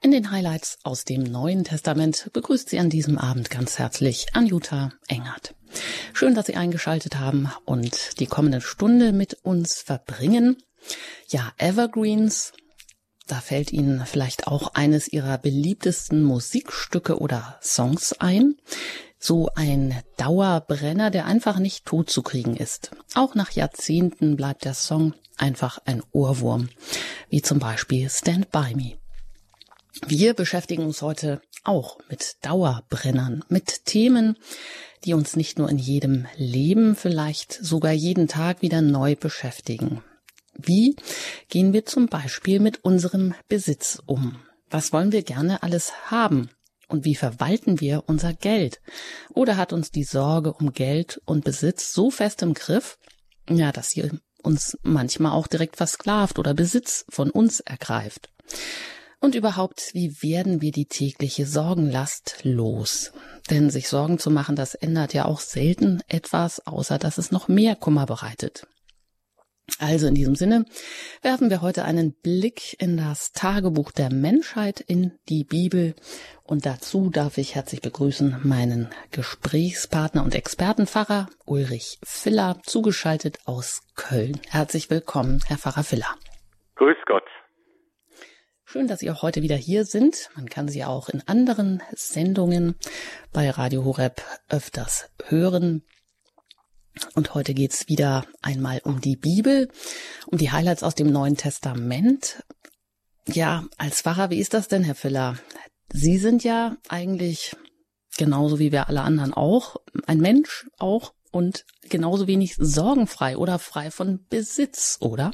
In den Highlights aus dem Neuen Testament begrüßt Sie an diesem Abend ganz herzlich Anjuta Engert. Schön, dass Sie eingeschaltet haben und die kommende Stunde mit uns verbringen. Ja, Evergreens, da fällt Ihnen vielleicht auch eines Ihrer beliebtesten Musikstücke oder Songs ein. So ein Dauerbrenner, der einfach nicht totzukriegen ist. Auch nach Jahrzehnten bleibt der Song einfach ein Ohrwurm, wie zum Beispiel Stand By Me. Wir beschäftigen uns heute auch mit Dauerbrennern, mit Themen, die uns nicht nur in jedem Leben, vielleicht sogar jeden Tag wieder neu beschäftigen. Wie gehen wir zum Beispiel mit unserem Besitz um? Was wollen wir gerne alles haben? Und wie verwalten wir unser Geld? Oder hat uns die Sorge um Geld und Besitz so fest im Griff, ja, dass sie uns manchmal auch direkt versklavt oder Besitz von uns ergreift? Und überhaupt, wie werden wir die tägliche Sorgenlast los? Denn sich Sorgen zu machen, das ändert ja auch selten etwas, außer dass es noch mehr Kummer bereitet. Also in diesem Sinne werfen wir heute einen Blick in das Tagebuch der Menschheit, in die Bibel. Und dazu darf ich herzlich begrüßen meinen Gesprächspartner und Experten, Pfarrer Ulrich Viller, zugeschaltet aus Köln. Herzlich willkommen, Herr Pfarrer Viller. Grüß Gott. Schön, dass Sie auch heute wieder hier sind. Man kann Sie auch in anderen Sendungen bei Radio Horeb öfters hören. Und heute geht's wieder einmal um die Bibel, um die Highlights aus dem Neuen Testament. Ja, als Pfarrer, wie ist das denn, Herr Viller? Sie sind ja eigentlich genauso wie wir alle anderen auch ein Mensch auch und genauso wenig sorgenfrei oder frei von Besitz, oder?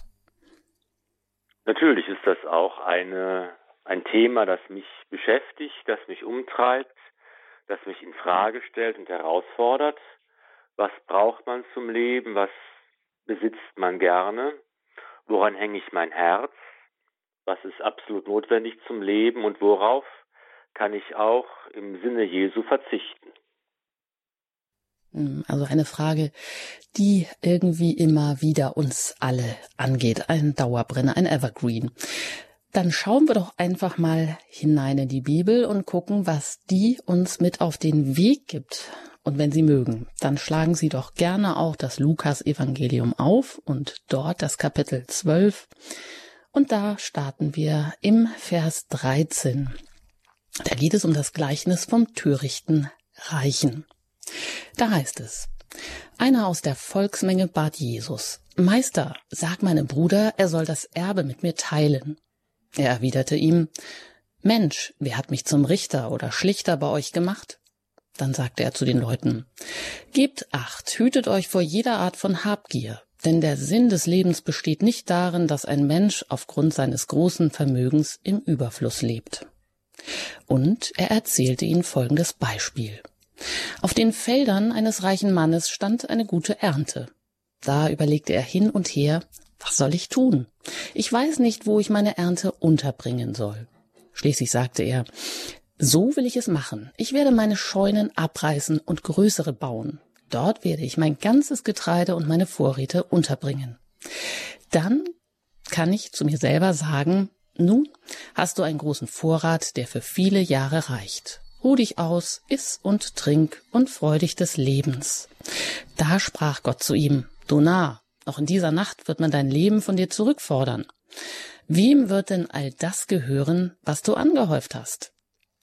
Natürlich ist das auch ein Thema, das mich beschäftigt, das mich umtreibt, das mich in Frage stellt und herausfordert. Was braucht man zum Leben? Was besitzt man gerne? Woran hänge ich mein Herz? Was ist absolut notwendig zum Leben? Und worauf kann ich auch im Sinne Jesu verzichten? Also eine Frage, die irgendwie immer wieder uns alle angeht. Ein Dauerbrenner, ein Evergreen. Dann schauen wir doch einfach mal hinein in die Bibel und gucken, was die uns mit auf den Weg gibt. Und wenn Sie mögen, dann schlagen Sie doch gerne auch das Lukas-Evangelium auf und dort das Kapitel 12. Und da starten wir im Vers 13. Da geht es um das Gleichnis vom törichten Reichen. Da heißt es: Einer aus der Volksmenge bat Jesus: Meister, sag meinem Bruder, er soll das Erbe mit mir teilen. Er erwiderte ihm: Mensch, wer hat mich zum Richter oder Schlichter bei euch gemacht? Dann sagte er zu den Leuten: Gebt Acht, hütet euch vor jeder Art von Habgier, denn der Sinn des Lebens besteht nicht darin, dass ein Mensch aufgrund seines großen Vermögens im Überfluss lebt. Und er erzählte ihnen folgendes Beispiel: Auf den Feldern eines reichen Mannes stand eine gute Ernte. Da überlegte er hin und her: Was soll ich tun? Ich weiß nicht, wo ich meine Ernte unterbringen soll. Schließlich sagte er: So will ich es machen. Ich werde meine Scheunen abreißen und größere bauen. Dort werde ich mein ganzes Getreide und meine Vorräte unterbringen. Dann kann ich zu mir selber sagen: Nun hast du einen großen Vorrat, der für viele Jahre reicht. Ruh dich aus, iss und trink und freu dich des Lebens. Da sprach Gott zu ihm: Du Narr, noch in dieser Nacht wird man dein Leben von dir zurückfordern. Wem wird denn all das gehören, was du angehäuft hast?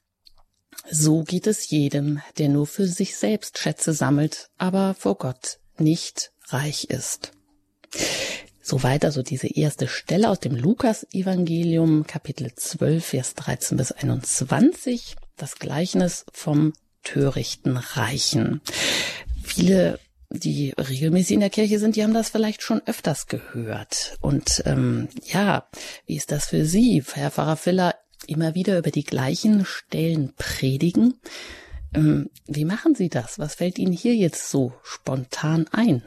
So geht es jedem, der nur für sich selbst Schätze sammelt, aber vor Gott nicht reich ist. Soweit also diese erste Stelle aus dem Lukas-Evangelium, Kapitel 12, Vers 13 bis 21, das Gleichnis vom törichten Reichen. Viele, die regelmäßig in der Kirche sind, die haben das vielleicht schon öfters gehört. Und wie ist das für Sie, Herr Pfarrer Viller, immer wieder über die gleichen Stellen predigen? Wie machen Sie das? Was fällt Ihnen hier jetzt so spontan ein?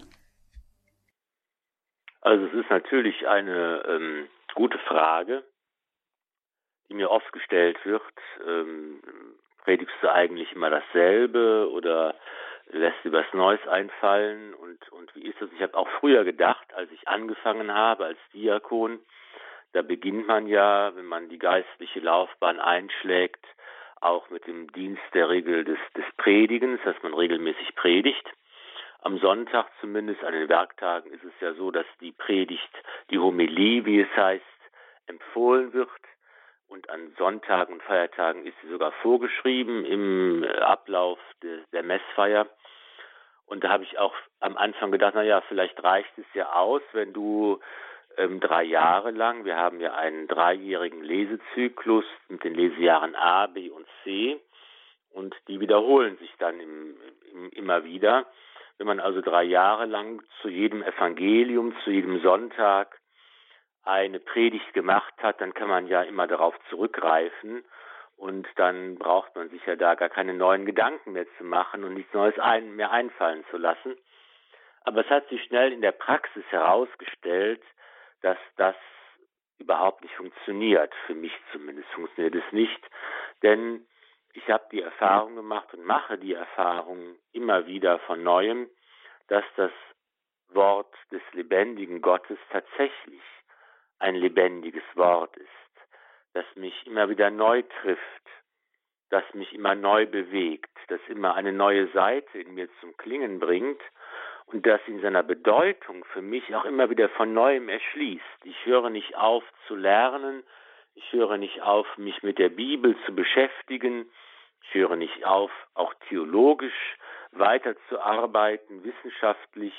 Also es ist natürlich eine gute Frage, die mir oft gestellt wird. Predigst du eigentlich immer dasselbe oder lässt dir was Neues einfallen? Und wie ist das? Ich habe auch früher gedacht, als ich angefangen habe als Diakon, da beginnt man ja, wenn man die geistliche Laufbahn einschlägt, auch mit dem Dienst der Regel des Predigens, dass man regelmäßig predigt. Am Sonntag zumindest, an den Werktagen, ist es ja so, dass die Predigt, die Homilie, wie es heißt, empfohlen wird. Und an Sonntagen und Feiertagen ist sie sogar vorgeschrieben im Ablauf der Messfeier. Und da habe ich auch am Anfang gedacht, vielleicht reicht es ja aus, wenn du 3 Jahre lang, wir haben ja einen 3-jährigen Lesezyklus mit den Lesejahren A, B und C, und die wiederholen sich dann immer wieder. Wenn man also 3 Jahre lang zu jedem Evangelium, zu jedem Sonntag eine Predigt gemacht hat, dann kann man ja immer darauf zurückgreifen und dann braucht man sich ja da gar keine neuen Gedanken mehr zu machen und nichts Neues mehr einfallen zu lassen. Aber es hat sich schnell in der Praxis herausgestellt, dass das überhaupt nicht funktioniert. Für mich zumindest funktioniert es nicht, denn ich habe die Erfahrung gemacht und mache die Erfahrung immer wieder von Neuem, dass das Wort des lebendigen Gottes tatsächlich ein lebendiges Wort ist, das mich immer wieder neu trifft, das mich immer neu bewegt, das immer eine neue Seite in mir zum Klingen bringt und das in seiner Bedeutung für mich auch immer wieder von Neuem erschließt. Ich höre nicht auf zu lernen, ich höre nicht auf, mich mit der Bibel zu beschäftigen, ich höre nicht auf, auch theologisch weiterzuarbeiten, wissenschaftlich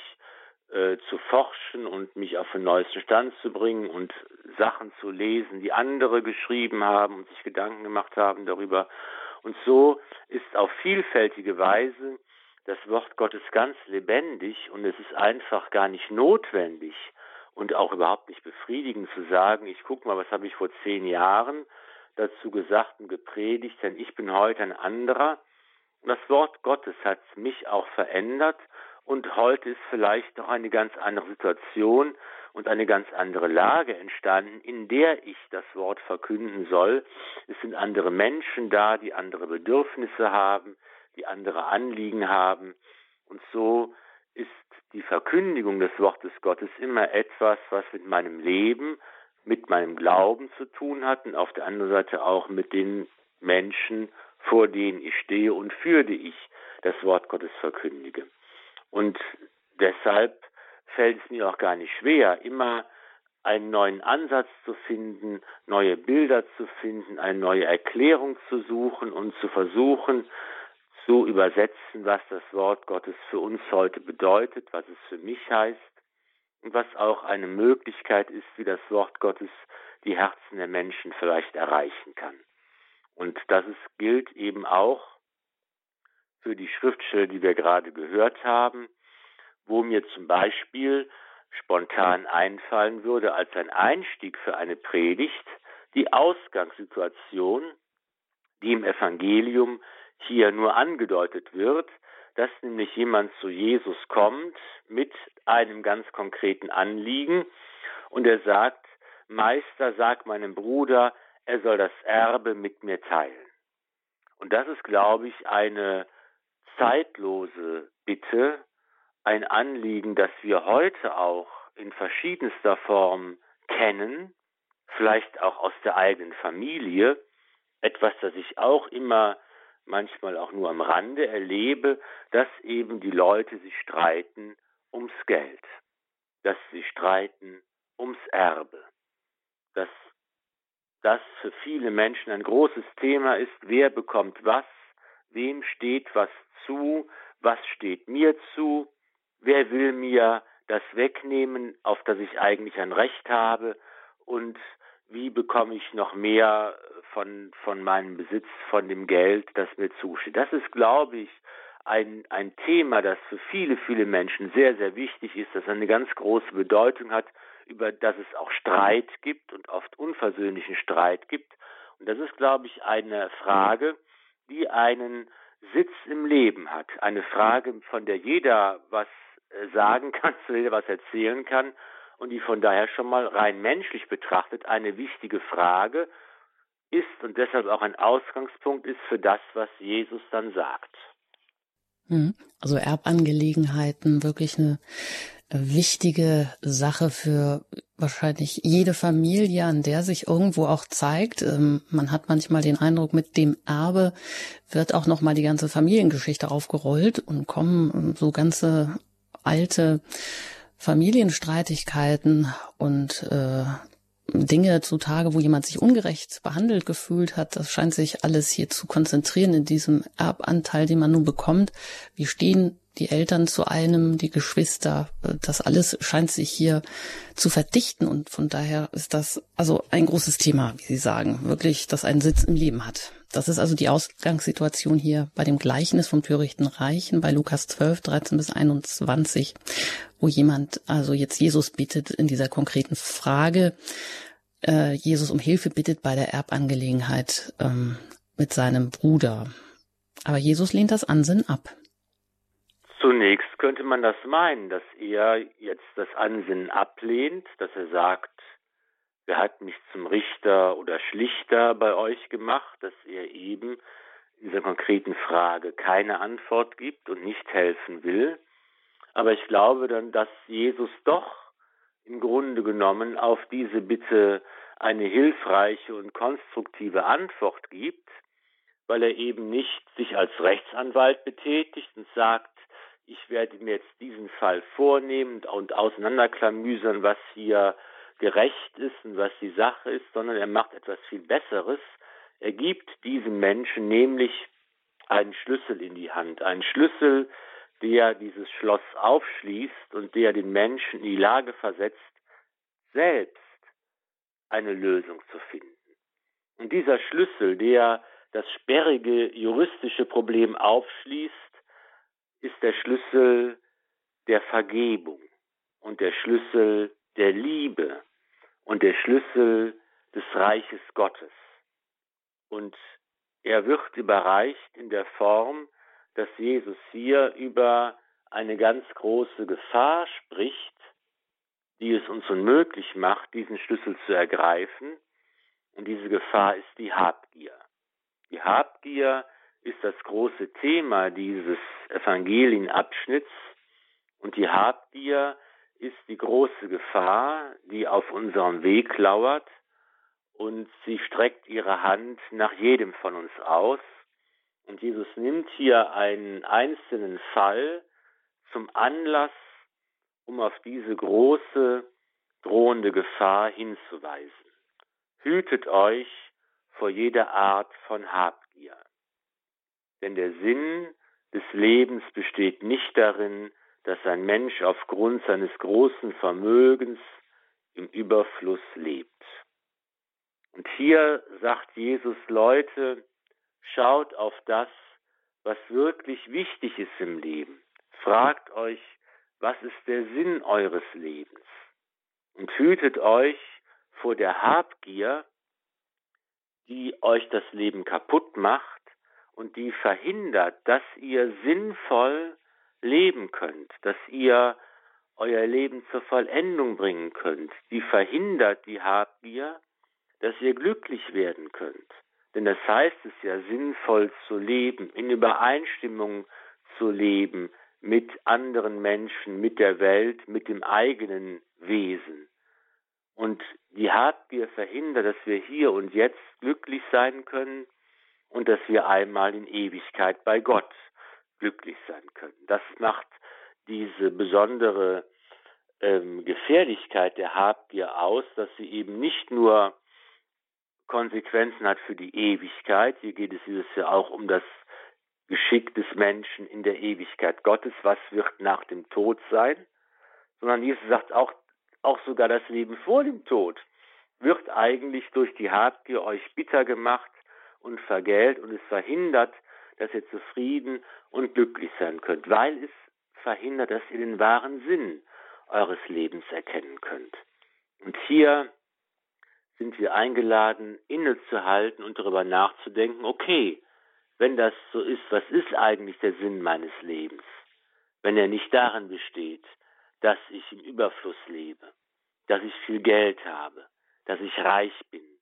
zu forschen und mich auf den neuesten Stand zu bringen und Sachen zu lesen, die andere geschrieben haben und sich Gedanken gemacht haben darüber. Und so ist auf vielfältige Weise das Wort Gottes ganz lebendig und es ist einfach gar nicht notwendig und auch überhaupt nicht befriedigend zu sagen, ich gucke mal, was habe ich vor 10 Jahren dazu gesagt und gepredigt, denn ich bin heute ein anderer. Und das Wort Gottes hat mich auch verändert und heute ist vielleicht noch eine ganz andere Situation und eine ganz andere Lage entstanden, in der ich das Wort verkünden soll. Es sind andere Menschen da, die andere Bedürfnisse haben, die andere Anliegen haben. Und so ist die Verkündigung des Wortes Gottes immer etwas, was mit meinem Leben, mit meinem Glauben zu tun hat und auf der anderen Seite auch mit den Menschen, vor denen ich stehe und für die ich das Wort Gottes verkündige. Und deshalb fällt es mir auch gar nicht schwer, immer einen neuen Ansatz zu finden, neue Bilder zu finden, eine neue Erklärung zu suchen und zu versuchen, zu übersetzen, was das Wort Gottes für uns heute bedeutet, was es für mich heißt und was auch eine Möglichkeit ist, wie das Wort Gottes die Herzen der Menschen vielleicht erreichen kann. Und das gilt eben auch für die Schriftstelle, die wir gerade gehört haben, wo mir zum Beispiel spontan einfallen würde als ein Einstieg für eine Predigt die Ausgangssituation, die im Evangelium hier nur angedeutet wird, dass nämlich jemand zu Jesus kommt mit einem ganz konkreten Anliegen und er sagt, Meister, sag meinem Bruder, er soll das Erbe mit mir teilen. Und das ist, glaube ich, eine zeitlose Bitte, ein Anliegen, das wir heute auch in verschiedenster Form kennen, vielleicht auch aus der eigenen Familie, etwas, das ich auch immer manchmal auch nur am Rande erlebe, dass eben die Leute sich streiten ums Geld, dass sie streiten ums Erbe, dass das für viele Menschen ein großes Thema ist, wer bekommt was, wem steht was zu, was steht mir zu, wer will mir das wegnehmen, auf das ich eigentlich ein Recht habe und wie bekomme ich noch mehr von meinem Besitz, von dem Geld, das mir zusteht. Das ist, glaube ich, ein Thema, das für viele, viele Menschen sehr, sehr wichtig ist, das eine ganz große Bedeutung hat, über das es auch Streit gibt und oft unversöhnlichen Streit gibt. Und das ist, glaube ich, eine Frage, die einen Sitz im Leben hat. Eine Frage, von der jeder was sagen kann, zu der jeder was erzählen kann und die von daher schon mal rein menschlich betrachtet eine wichtige Frage ist und deshalb auch ein Ausgangspunkt ist für das, was Jesus dann sagt. Also Erbangelegenheiten, wirklich eine wichtige Sache für wahrscheinlich jede Familie, an der sich irgendwo auch zeigt. Man hat manchmal den Eindruck, mit dem Erbe wird auch noch mal die ganze Familiengeschichte aufgerollt und kommen so ganze alte Familienstreitigkeiten und Dinge zutage, wo jemand sich ungerecht behandelt gefühlt hat. Das scheint sich alles hier zu konzentrieren in diesem Erbanteil, den man nun bekommt. Wie stehen die Eltern zu einem, die Geschwister? Das alles scheint sich hier zu verdichten und von daher ist das also ein großes Thema, wie Sie sagen, wirklich, das einen Sitz im Leben hat. Das ist also die Ausgangssituation hier bei dem Gleichnis vom törichten Reichen bei Lukas 12, 13 bis 21, wo jemand also jetzt Jesus bittet in dieser konkreten Frage, Jesus um Hilfe bittet bei der Erbangelegenheit mit seinem Bruder. Aber Jesus lehnt das Ansinnen ab. Zunächst könnte man das meinen, dass er jetzt das Ansinnen ablehnt, dass er sagt, wer hat mich zum Richter oder Schlichter bei euch gemacht, dass er eben in dieser konkreten Frage keine Antwort gibt und nicht helfen will. Aber ich glaube dann, dass Jesus doch im Grunde genommen auf diese Bitte eine hilfreiche und konstruktive Antwort gibt, weil er eben nicht sich als Rechtsanwalt betätigt und sagt, ich werde mir jetzt diesen Fall vornehmen und auseinanderklamüsern, was hier gerecht ist und was die Sache ist, sondern er macht etwas viel Besseres. Er gibt diesem Menschen nämlich einen Schlüssel in die Hand, einen Schlüssel, der dieses Schloss aufschließt und der den Menschen in die Lage versetzt, selbst eine Lösung zu finden. Und dieser Schlüssel, der das sperrige juristische Problem aufschließt, ist der Schlüssel der Vergebung und der Schlüssel der Liebe und der Schlüssel des Reiches Gottes. Und er wird überreicht in der Form, dass Jesus hier über eine ganz große Gefahr spricht, die es uns unmöglich macht, diesen Schlüssel zu ergreifen. Und diese Gefahr ist die Habgier. Die Habgier ist das große Thema dieses Evangelienabschnitts. Und die Habgier ist die große Gefahr, die auf unserem Weg lauert. Und sie streckt ihre Hand nach jedem von uns aus. Und Jesus nimmt hier einen einzelnen Fall zum Anlass, um auf diese große, drohende Gefahr hinzuweisen. Hütet euch vor jeder Art von Habgier. Denn der Sinn des Lebens besteht nicht darin, dass ein Mensch aufgrund seines großen Vermögens im Überfluss lebt. Und hier sagt Jesus, Leute, schaut auf das, was wirklich wichtig ist im Leben. Fragt euch, was ist der Sinn eures Lebens? Und hütet euch vor der Habgier, die euch das Leben kaputt macht und die verhindert, dass ihr sinnvoll leben könnt, dass ihr euer Leben zur Vollendung bringen könnt. Die verhindert die Habgier, dass ihr glücklich werden könnt. Denn das heißt es ja, sinnvoll zu leben, in Übereinstimmung zu leben mit anderen Menschen, mit der Welt, mit dem eigenen Wesen. Und die Habgier verhindert, dass wir hier und jetzt glücklich sein können und dass wir einmal in Ewigkeit bei Gott glücklich sein können. Das macht diese besondere Gefährlichkeit der Habgier aus, dass sie eben nicht nur Konsequenzen hat für die Ewigkeit. Hier geht es dieses Jahr auch um das Geschick des Menschen in der Ewigkeit Gottes. Was wird nach dem Tod sein? Sondern Jesus sagt auch sogar das Leben vor dem Tod wird eigentlich durch die Habgier euch bitter gemacht und vergällt und es verhindert, dass ihr zufrieden und glücklich sein könnt, weil es verhindert, dass ihr den wahren Sinn eures Lebens erkennen könnt. Und hier sind wir eingeladen, innezuhalten und darüber nachzudenken, okay, wenn das so ist, was ist eigentlich der Sinn meines Lebens? Wenn er nicht darin besteht, dass ich im Überfluss lebe, dass ich viel Geld habe, dass ich reich bin,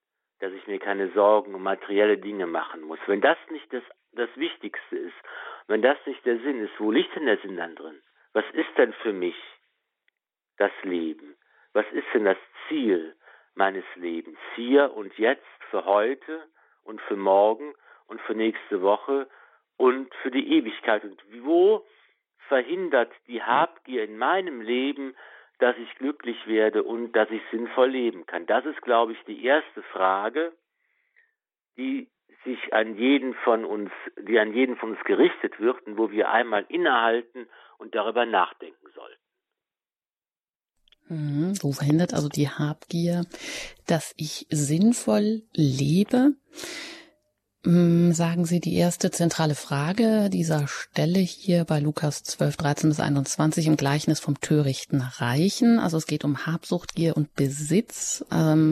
dass ich mir keine Sorgen um materielle Dinge machen muss. Wenn das nicht das Wichtigste ist, wenn das nicht der Sinn ist, wo liegt denn der Sinn dann drin? Was ist denn für mich das Leben? Was ist denn das Ziel meines Lebens? Hier und jetzt, für heute und für morgen und für nächste Woche und für die Ewigkeit. Und wo verhindert die Habgier in meinem Leben, dass ich glücklich werde und dass ich sinnvoll leben kann? Das ist, glaube ich, die erste Frage, die an jeden von uns gerichtet wird und wo wir einmal innehalten und darüber nachdenken sollten. Wo verhindert also die Habgier, dass ich sinnvoll lebe? Sagen Sie, die erste zentrale Frage dieser Stelle hier bei Lukas 12, 13 bis 21 im Gleichnis vom törichten Reichen. Also es geht um Habsucht, Gier und Besitz.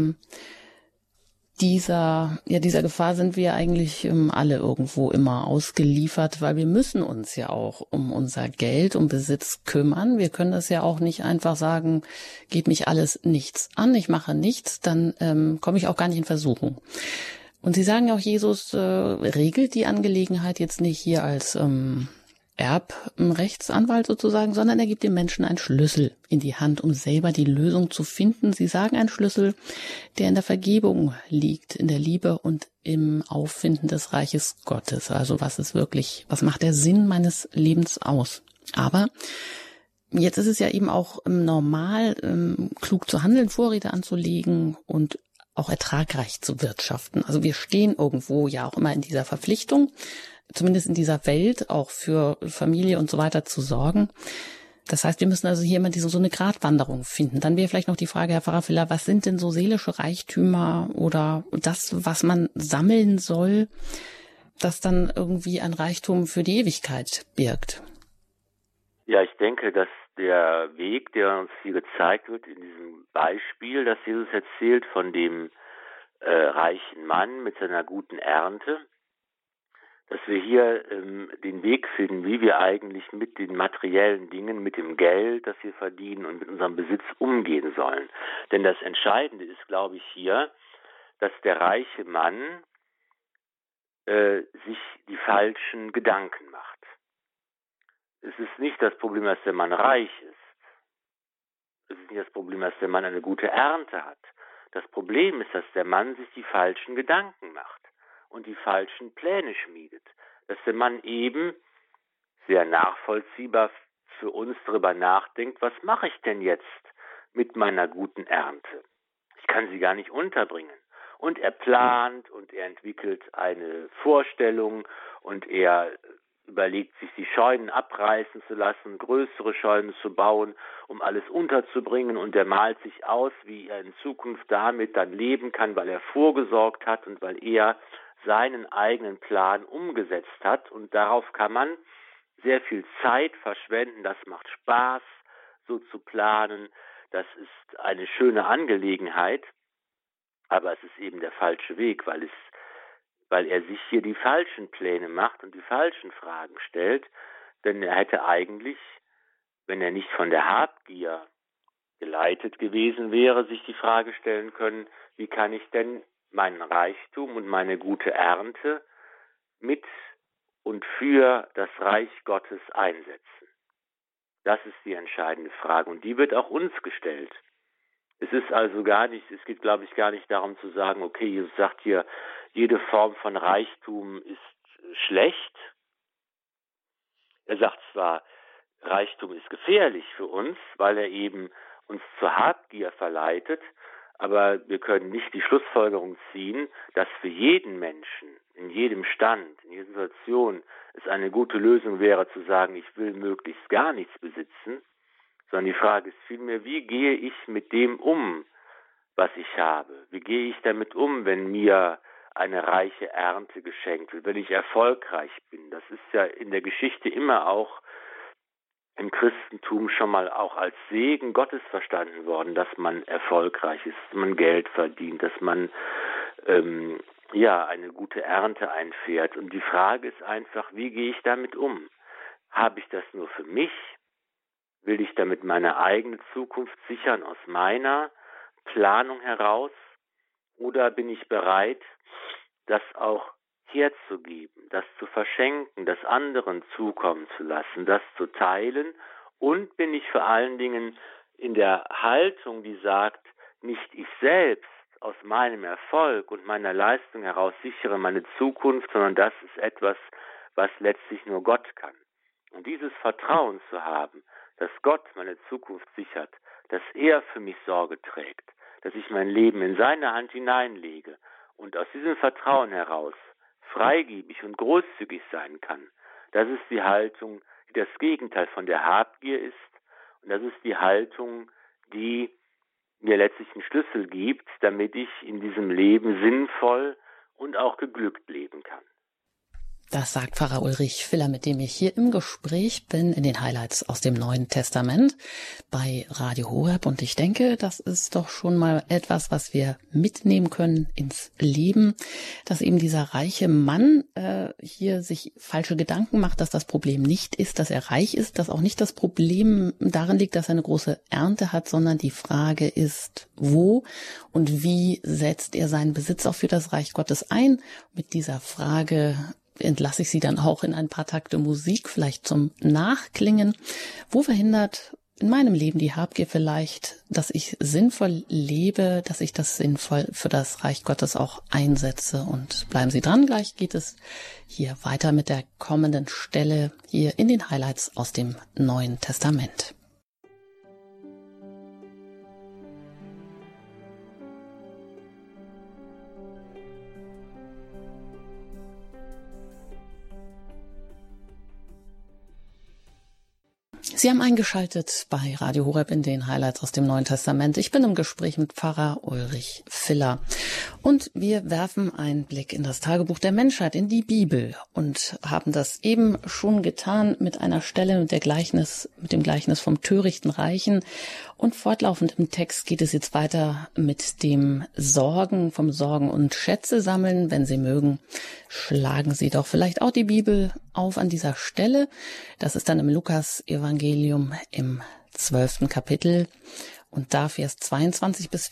Dieser Gefahr sind wir eigentlich alle irgendwo immer ausgeliefert, weil wir müssen uns ja auch um unser Geld, um Besitz kümmern. Wir können das ja auch nicht einfach sagen, geht mich alles nichts an, ich mache nichts, dann komme ich auch gar nicht in Versuchung. Und Sie sagen ja auch, Jesus regelt die Angelegenheit jetzt nicht hier als Erbrechtsanwalt sozusagen, sondern er gibt dem Menschen einen Schlüssel in die Hand, um selber die Lösung zu finden. Sie sagen einen Schlüssel, der in der Vergebung liegt, in der Liebe und im Auffinden des Reiches Gottes. Also was macht der Sinn meines Lebens aus? Aber jetzt ist es ja eben auch normal, klug zu handeln, Vorräte anzulegen und auch ertragreich zu wirtschaften. Also wir stehen irgendwo ja auch immer in dieser Verpflichtung, zumindest in dieser Welt, auch für Familie und so weiter zu sorgen. Das heißt, wir müssen also hier immer so eine Gratwanderung finden. Dann wäre vielleicht noch die Frage, Herr Pfarrer Filler, was sind denn so seelische Reichtümer oder das, was man sammeln soll, das dann irgendwie ein Reichtum für die Ewigkeit birgt? Ja, ich denke, dass der Weg, der uns hier gezeigt wird in diesem Beispiel, das Jesus erzählt von dem reichen Mann mit seiner guten Ernte, dass wir hier den Weg finden, wie wir eigentlich mit den materiellen Dingen, mit dem Geld, das wir verdienen und mit unserem Besitz umgehen sollen. Denn das Entscheidende ist, glaube ich, hier, dass der reiche Mann sich die falschen Gedanken macht. Es ist nicht das Problem, dass der Mann reich ist. Es ist nicht das Problem, dass der Mann eine gute Ernte hat. Das Problem ist, dass der Mann sich die falschen Gedanken macht und die falschen Pläne schmiedet. Dass der Mann eben sehr nachvollziehbar für uns darüber nachdenkt, was mache ich denn jetzt mit meiner guten Ernte? Ich kann sie gar nicht unterbringen. Und er plant und er entwickelt eine Vorstellung und er überlegt sich, die Scheunen abreißen zu lassen, größere Scheunen zu bauen, um alles unterzubringen, und er malt sich aus, wie er in Zukunft damit dann leben kann, weil er vorgesorgt hat und weil er seinen eigenen Plan umgesetzt hat, und darauf kann man sehr viel Zeit verschwenden, das macht Spaß, so zu planen, das ist eine schöne Angelegenheit, aber es ist eben der falsche Weg, weil er sich hier die falschen Pläne macht und die falschen Fragen stellt, denn er hätte eigentlich, wenn er nicht von der Habgier geleitet gewesen wäre, sich die Frage stellen können, wie kann ich denn meinen Reichtum und meine gute Ernte mit und für das Reich Gottes einsetzen? Das ist die entscheidende Frage und die wird auch uns gestellt. Es geht, glaube ich, gar nicht darum zu sagen, okay, Jesus sagt hier, jede Form von Reichtum ist schlecht. Er sagt zwar, Reichtum ist gefährlich für uns, weil er eben uns zur Habgier verleitet, aber wir können nicht die Schlussfolgerung ziehen, dass für jeden Menschen, in jedem Stand, in jeder Situation es eine gute Lösung wäre, zu sagen, ich will möglichst gar nichts besitzen, sondern die Frage ist vielmehr, wie gehe ich mit dem um, was ich habe? Wie gehe ich damit um, wenn mir eine reiche Ernte geschenkt wird, wenn ich erfolgreich bin? Das ist ja in der Geschichte immer auch im Christentum schon mal auch als Segen Gottes verstanden worden, dass man erfolgreich ist, dass man Geld verdient, dass man eine gute Ernte einfährt. Und die Frage ist einfach, wie gehe ich damit um? Habe ich das nur für mich? Will ich damit meine eigene Zukunft sichern aus meiner Planung heraus? Oder bin ich bereit, das auch herzugeben, das zu verschenken, das anderen zukommen zu lassen, das zu teilen? Und bin ich vor allen Dingen in der Haltung, die sagt, nicht ich selbst aus meinem Erfolg und meiner Leistung heraus sichere meine Zukunft, sondern das ist etwas, was letztlich nur Gott kann. Und dieses Vertrauen zu haben, dass Gott meine Zukunft sichert, dass er für mich Sorge trägt, dass ich mein Leben in seine Hand hineinlege und aus diesem Vertrauen heraus freigebig und großzügig sein kann, das ist die Haltung, die das Gegenteil von der Habgier ist, und das ist die Haltung, die mir letztlich einen Schlüssel gibt, damit ich in diesem Leben sinnvoll und auch geglückt leben kann. Das sagt Pfarrer Ulrich Filler, mit dem ich hier im Gespräch bin, in den Highlights aus dem Neuen Testament bei Radio Horeb. Und ich denke, das ist doch schon mal etwas, was wir mitnehmen können ins Leben, dass eben dieser reiche Mann hier sich falsche Gedanken macht, dass das Problem nicht ist, dass er reich ist, dass auch nicht das Problem darin liegt, dass er eine große Ernte hat, sondern die Frage ist, wo und wie setzt er seinen Besitz auch für das Reich Gottes ein? Mit dieser Frage entlasse ich Sie dann auch in ein paar Takte Musik, vielleicht zum Nachklingen. Wo verhindert in meinem Leben die Habgier vielleicht, dass ich sinnvoll lebe, dass ich das sinnvoll für das Reich Gottes auch einsetze? Und bleiben Sie dran, gleich geht es hier weiter mit der kommenden Stelle hier in den Highlights aus dem Neuen Testament. Sie haben eingeschaltet bei Radio Horeb in den Highlights aus dem Neuen Testament. Ich bin im Gespräch mit Pfarrer Ulrich Filler. Und wir werfen einen Blick in das Tagebuch der Menschheit, in die Bibel, und haben das eben schon getan mit einer Stelle mit dem Gleichnis vom törichten Reichen. Und fortlaufend im Text geht es jetzt weiter mit dem vom Sorgen und Schätze sammeln. Wenn Sie mögen, schlagen Sie doch vielleicht auch die Bibel auf an dieser Stelle. Das ist dann im Lukas-Evangelium im 12. Kapitel und da Vers 22 bis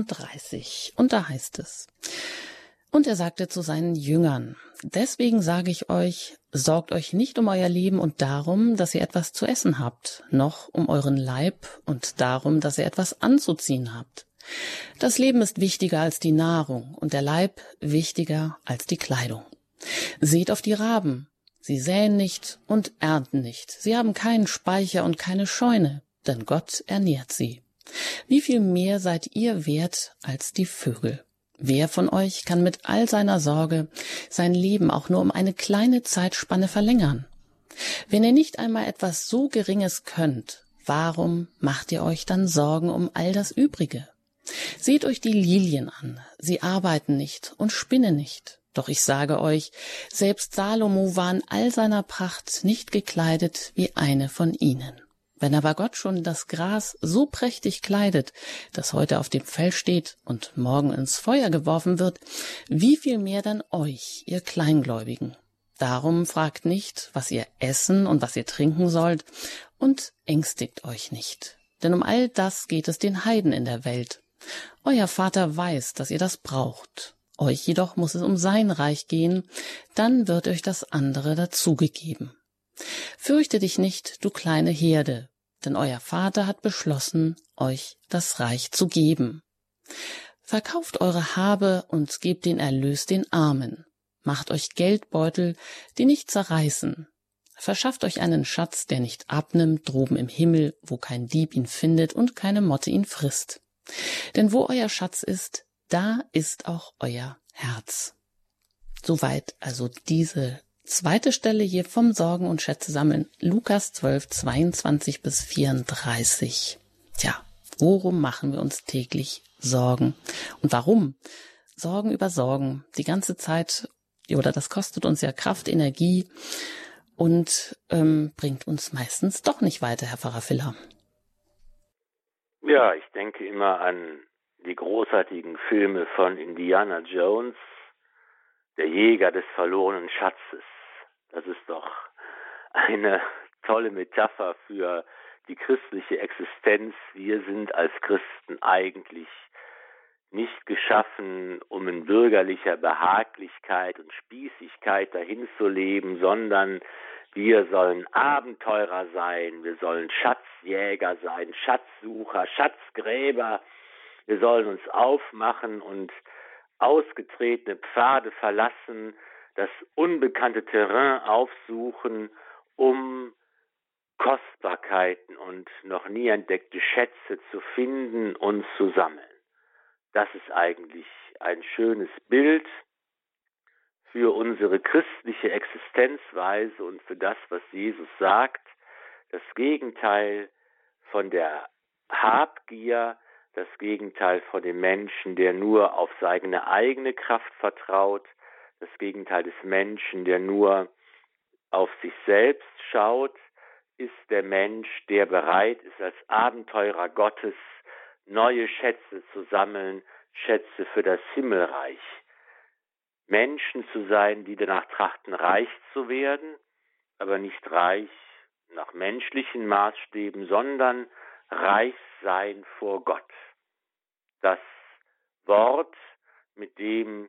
34. Und da heißt es: Und er sagte zu seinen Jüngern: Deswegen sage ich euch, sorgt euch nicht um euer Leben und darum, dass ihr etwas zu essen habt, noch um euren Leib und darum, dass ihr etwas anzuziehen habt. Das Leben ist wichtiger als die Nahrung und der Leib wichtiger als die Kleidung. Seht auf die Raben. Sie säen nicht und ernten nicht. Sie haben keinen Speicher und keine Scheune, denn Gott ernährt sie. Wie viel mehr seid ihr wert als die Vögel? Wer von euch kann mit all seiner Sorge sein Leben auch nur um eine kleine Zeitspanne verlängern? Wenn ihr nicht einmal etwas so Geringes könnt, warum macht ihr euch dann Sorgen um all das Übrige? Seht euch die Lilien an. Sie arbeiten nicht und spinnen nicht. Doch ich sage euch, selbst Salomo war in all seiner Pracht nicht gekleidet wie eine von ihnen. Wenn aber Gott schon das Gras so prächtig kleidet, das heute auf dem Feld steht und morgen ins Feuer geworfen wird, wie viel mehr dann euch, ihr Kleingläubigen? Darum fragt nicht, was ihr essen und was ihr trinken sollt, und ängstigt euch nicht. Denn um all das geht es den Heiden in der Welt. Euer Vater weiß, dass ihr das braucht. Euch jedoch muss es um sein Reich gehen, dann wird euch das andere dazugegeben. Fürchte dich nicht, du kleine Herde, denn euer Vater hat beschlossen, euch das Reich zu geben. Verkauft eure Habe und gebt den Erlös den Armen. Macht euch Geldbeutel, die nicht zerreißen. Verschafft euch einen Schatz, der nicht abnimmt, droben im Himmel, wo kein Dieb ihn findet und keine Motte ihn frisst. Denn wo euer Schatz ist, da ist auch euer Herz. Soweit also diese zweite Stelle hier vom Sorgen und Schätze sammeln. Lukas 12, 22 bis 34. Tja, worum machen wir uns täglich Sorgen? Und warum? Sorgen über Sorgen. Die ganze Zeit, oder das kostet uns ja Kraft, Energie und bringt uns meistens doch nicht weiter, Herr Pfarrer Filler. Ja, ich denke immer an die großartigen Filme von Indiana Jones, der Jäger des verlorenen Schatzes. Das ist doch eine tolle Metapher für die christliche Existenz. Wir sind als Christen eigentlich nicht geschaffen, um in bürgerlicher Behaglichkeit und Spießigkeit dahin zu leben, sondern wir sollen Abenteurer sein, wir sollen Schatzjäger sein, Schatzsucher, Schatzgräber. Wir sollen uns aufmachen und ausgetretene Pfade verlassen, das unbekannte Terrain aufsuchen, um Kostbarkeiten und noch nie entdeckte Schätze zu finden und zu sammeln. Das ist eigentlich ein schönes Bild für unsere christliche Existenzweise und für das, was Jesus sagt. Das Gegenteil von der Habgier, das Gegenteil von dem Menschen, der nur auf seine eigene Kraft vertraut, das Gegenteil des Menschen, der nur auf sich selbst schaut, ist der Mensch, der bereit ist, als Abenteurer Gottes neue Schätze zu sammeln, Schätze für das Himmelreich. Menschen zu sein, die danach trachten, reich zu werden, aber nicht reich nach menschlichen Maßstäben, sondern reich sein vor Gott. Das Wort, mit dem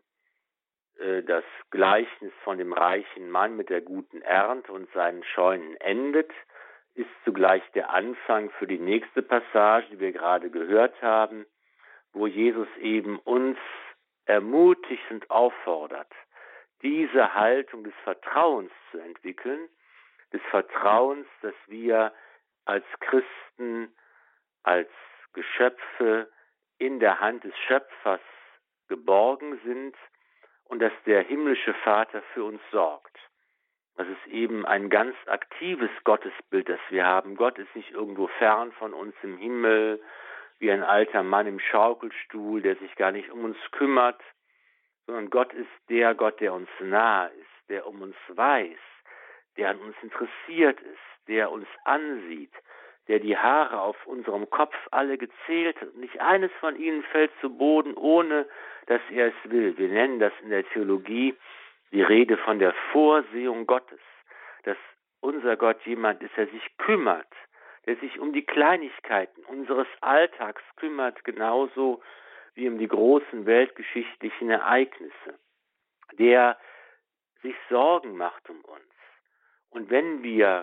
das Gleichnis von dem reichen Mann mit der guten Ernte und seinen Scheunen endet, ist zugleich der Anfang für die nächste Passage, die wir gerade gehört haben, wo Jesus eben uns ermutigt und auffordert, diese Haltung des Vertrauens zu entwickeln, des Vertrauens, dass wir als Christen, als Geschöpfe in der Hand des Schöpfers geborgen sind und dass der himmlische Vater für uns sorgt. Das ist eben ein ganz aktives Gottesbild, das wir haben. Gott ist nicht irgendwo fern von uns im Himmel, wie ein alter Mann im Schaukelstuhl, der sich gar nicht um uns kümmert, sondern Gott ist der Gott, der uns nahe ist, der um uns weiß, der an uns interessiert ist, der uns ansieht, der die Haare auf unserem Kopf alle gezählt hat. Nicht eines von ihnen fällt zu Boden, ohne dass er es will. Wir nennen das in der Theologie die Rede von der Vorsehung Gottes, dass unser Gott jemand ist, der sich kümmert, der sich um die Kleinigkeiten unseres Alltags kümmert, genauso wie um die großen weltgeschichtlichen Ereignisse, der sich Sorgen macht um uns. Und wenn wir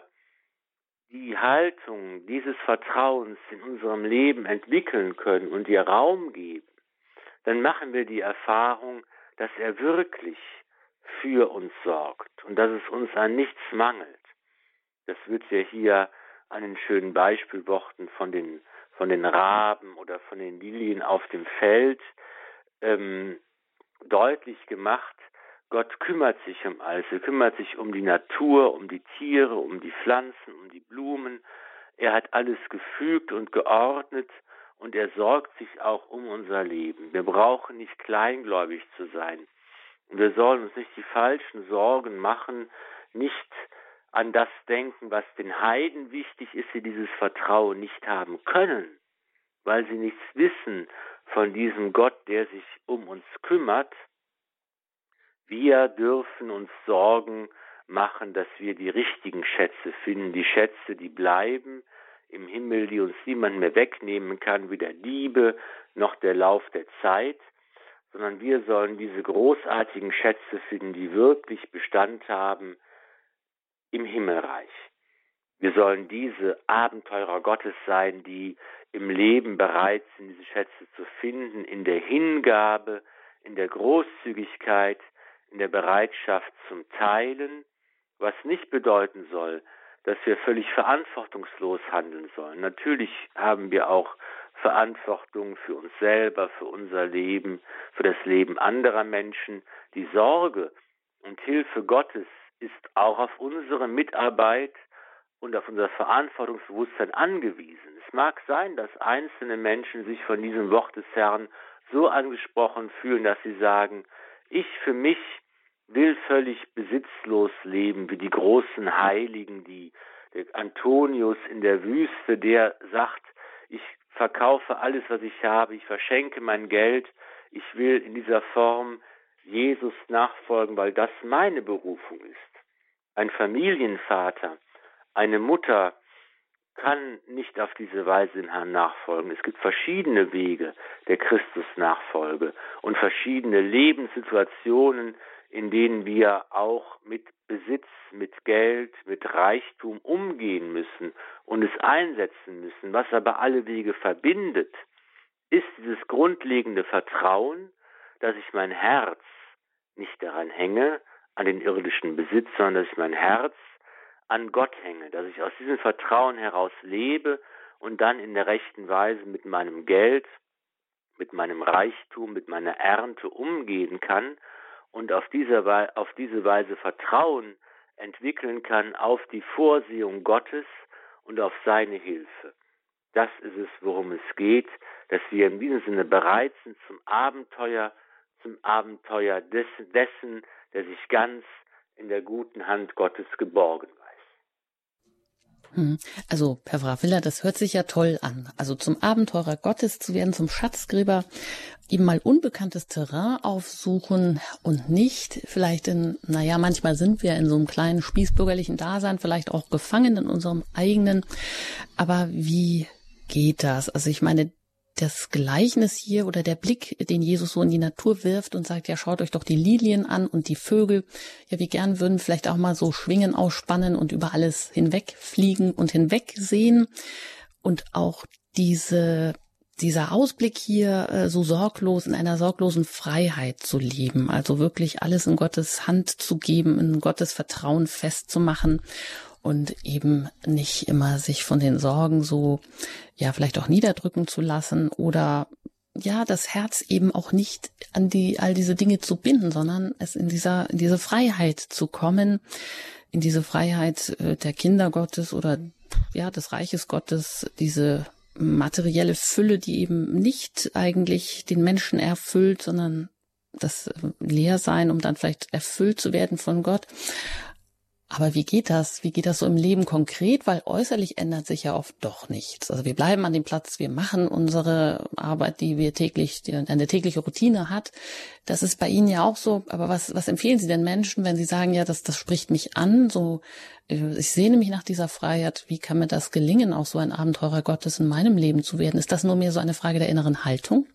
die Haltung dieses Vertrauens in unserem Leben entwickeln können und ihr Raum geben, dann machen wir die Erfahrung, dass er wirklich für uns sorgt und dass es uns an nichts mangelt. Das wird ja hier an den schönen Beispielworten von den Raben oder von den Lilien auf dem Feld deutlich gemacht. Gott kümmert sich um alles. Er kümmert sich um die Natur, um die Tiere, um die Pflanzen, um die Blumen. Er hat alles gefügt und geordnet und er sorgt sich auch um unser Leben. Wir brauchen nicht kleingläubig zu sein. Und wir sollen uns nicht die falschen Sorgen machen, nicht an das denken, was den Heiden wichtig ist, die dieses Vertrauen nicht haben können, weil sie nichts wissen von diesem Gott, der sich um uns kümmert. Wir dürfen uns Sorgen machen, dass wir die richtigen Schätze finden, die Schätze, die bleiben im Himmel, die uns niemand mehr wegnehmen kann, weder Diebe noch der Lauf der Zeit, sondern wir sollen diese großartigen Schätze finden, die wirklich Bestand haben im Himmelreich. Wir sollen diese Abenteurer Gottes sein, die im Leben bereit sind, diese Schätze zu finden, in der Hingabe, in der Großzügigkeit, in der Bereitschaft zum Teilen, was nicht bedeuten soll, dass wir völlig verantwortungslos handeln sollen. Natürlich haben wir auch Verantwortung für uns selber, für unser Leben, für das Leben anderer Menschen. Die Sorge und Hilfe Gottes ist auch auf unsere Mitarbeit und auf unser Verantwortungsbewusstsein angewiesen. Es mag sein, dass einzelne Menschen sich von diesem Wort des Herrn so angesprochen fühlen, dass sie sagen, ich für mich will völlig besitzlos leben, wie die großen Heiligen, der Antonius in der Wüste, der sagt, ich verkaufe alles, was ich habe, ich verschenke mein Geld, ich will in dieser Form Jesus nachfolgen, weil das meine Berufung ist. Ein Familienvater, eine Mutter, kann nicht auf diese Weise den Herrn nachfolgen. Es gibt verschiedene Wege der Christusnachfolge und verschiedene Lebenssituationen, in denen wir auch mit Besitz, mit Geld, mit Reichtum umgehen müssen und es einsetzen müssen. Was aber alle Wege verbindet, ist dieses grundlegende Vertrauen, dass ich mein Herz nicht daran hänge, an den irdischen Besitz, sondern dass ich mein Herz an Gott hänge, dass ich aus diesem Vertrauen heraus lebe und dann in der rechten Weise mit meinem Geld, mit meinem Reichtum, mit meiner Ernte umgehen kann und auf diese Weise Vertrauen entwickeln kann auf die Vorsehung Gottes und auf seine Hilfe. Das ist es, worum es geht, dass wir in diesem Sinne bereit sind zum Abenteuer dessen, der sich ganz in der guten Hand Gottes geborgen weiß. Also, Herr Willer, das hört sich ja toll an. Also zum Abenteurer Gottes zu werden, zum Schatzgräber, eben mal unbekanntes Terrain aufsuchen und nicht vielleicht manchmal sind wir in so einem kleinen spießbürgerlichen Dasein, vielleicht auch gefangen in unserem eigenen. Aber wie geht das? Also ich meine, das Gleichnis hier oder der Blick, den Jesus so in die Natur wirft und sagt, ja, schaut euch doch die Lilien an und die Vögel. Ja, wie gern würden vielleicht auch mal so Schwingen ausspannen und über alles hinwegfliegen und hinwegsehen. Und auch dieser Ausblick hier, so sorglos, in einer sorglosen Freiheit zu leben. Also wirklich alles in Gottes Hand zu geben, in Gottes Vertrauen festzumachen. Und eben nicht immer sich von den Sorgen so, ja, vielleicht auch niederdrücken zu lassen oder, ja, das Herz eben auch nicht an all diese Dinge zu binden, sondern es in diese Freiheit zu kommen, in diese Freiheit der Kinder Gottes oder, ja, des Reiches Gottes, diese materielle Fülle, die eben nicht eigentlich den Menschen erfüllt, sondern das Leersein, um dann vielleicht erfüllt zu werden von Gott. Aber wie geht das? Wie geht das so im Leben konkret? Weil äußerlich ändert sich ja oft doch nichts. Also wir bleiben an dem Platz, wir machen unsere Arbeit, die eine tägliche Routine hat. Das ist bei Ihnen ja auch so. Aber was empfehlen Sie den Menschen, wenn Sie sagen, ja, das spricht mich an, so, ich sehne mich nach dieser Freiheit. Wie kann mir das gelingen, auch so ein Abenteurer Gottes in meinem Leben zu werden? Ist das nur mehr so eine Frage der inneren Haltung?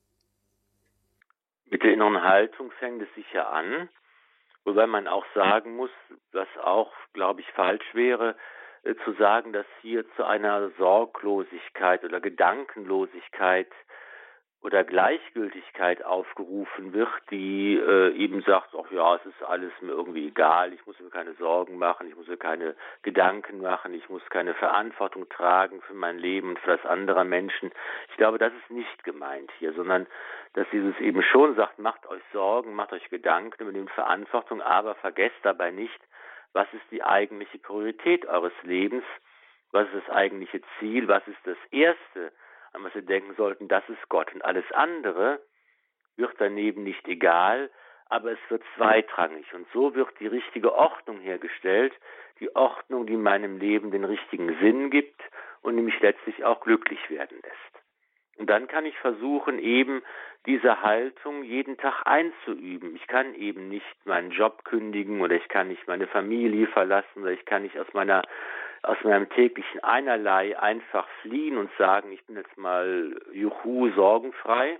Mit der inneren Haltung fängt es sicher an. Wobei man auch sagen muss, was auch, glaube ich, falsch wäre, zu sagen, dass hier zu einer Sorglosigkeit oder Gedankenlosigkeit oder Gleichgültigkeit aufgerufen wird, die eben sagt, ach ja, es ist alles mir irgendwie egal, ich muss mir keine Sorgen machen, ich muss mir keine Gedanken machen, ich muss keine Verantwortung tragen für mein Leben und für das anderer Menschen. Ich glaube, das ist nicht gemeint hier, sondern dass Jesus eben schon sagt, macht euch Sorgen, macht euch Gedanken, übernehmt Verantwortung, aber vergesst dabei nicht, was ist die eigentliche Priorität eures Lebens, was ist das eigentliche Ziel, was ist das Erste, an was wir denken sollten, das ist Gott. Und alles andere wird daneben nicht egal, aber es wird zweitrangig. Und so wird die richtige Ordnung hergestellt, die Ordnung, die meinem Leben den richtigen Sinn gibt und die mich letztlich auch glücklich werden lässt. Und dann kann ich versuchen, eben diese Haltung jeden Tag einzuüben. Ich kann eben nicht meinen Job kündigen oder ich kann nicht meine Familie verlassen oder ich kann nicht aus meinem täglichen Einerlei einfach fliehen und sagen, ich bin jetzt mal juhu, sorgenfrei,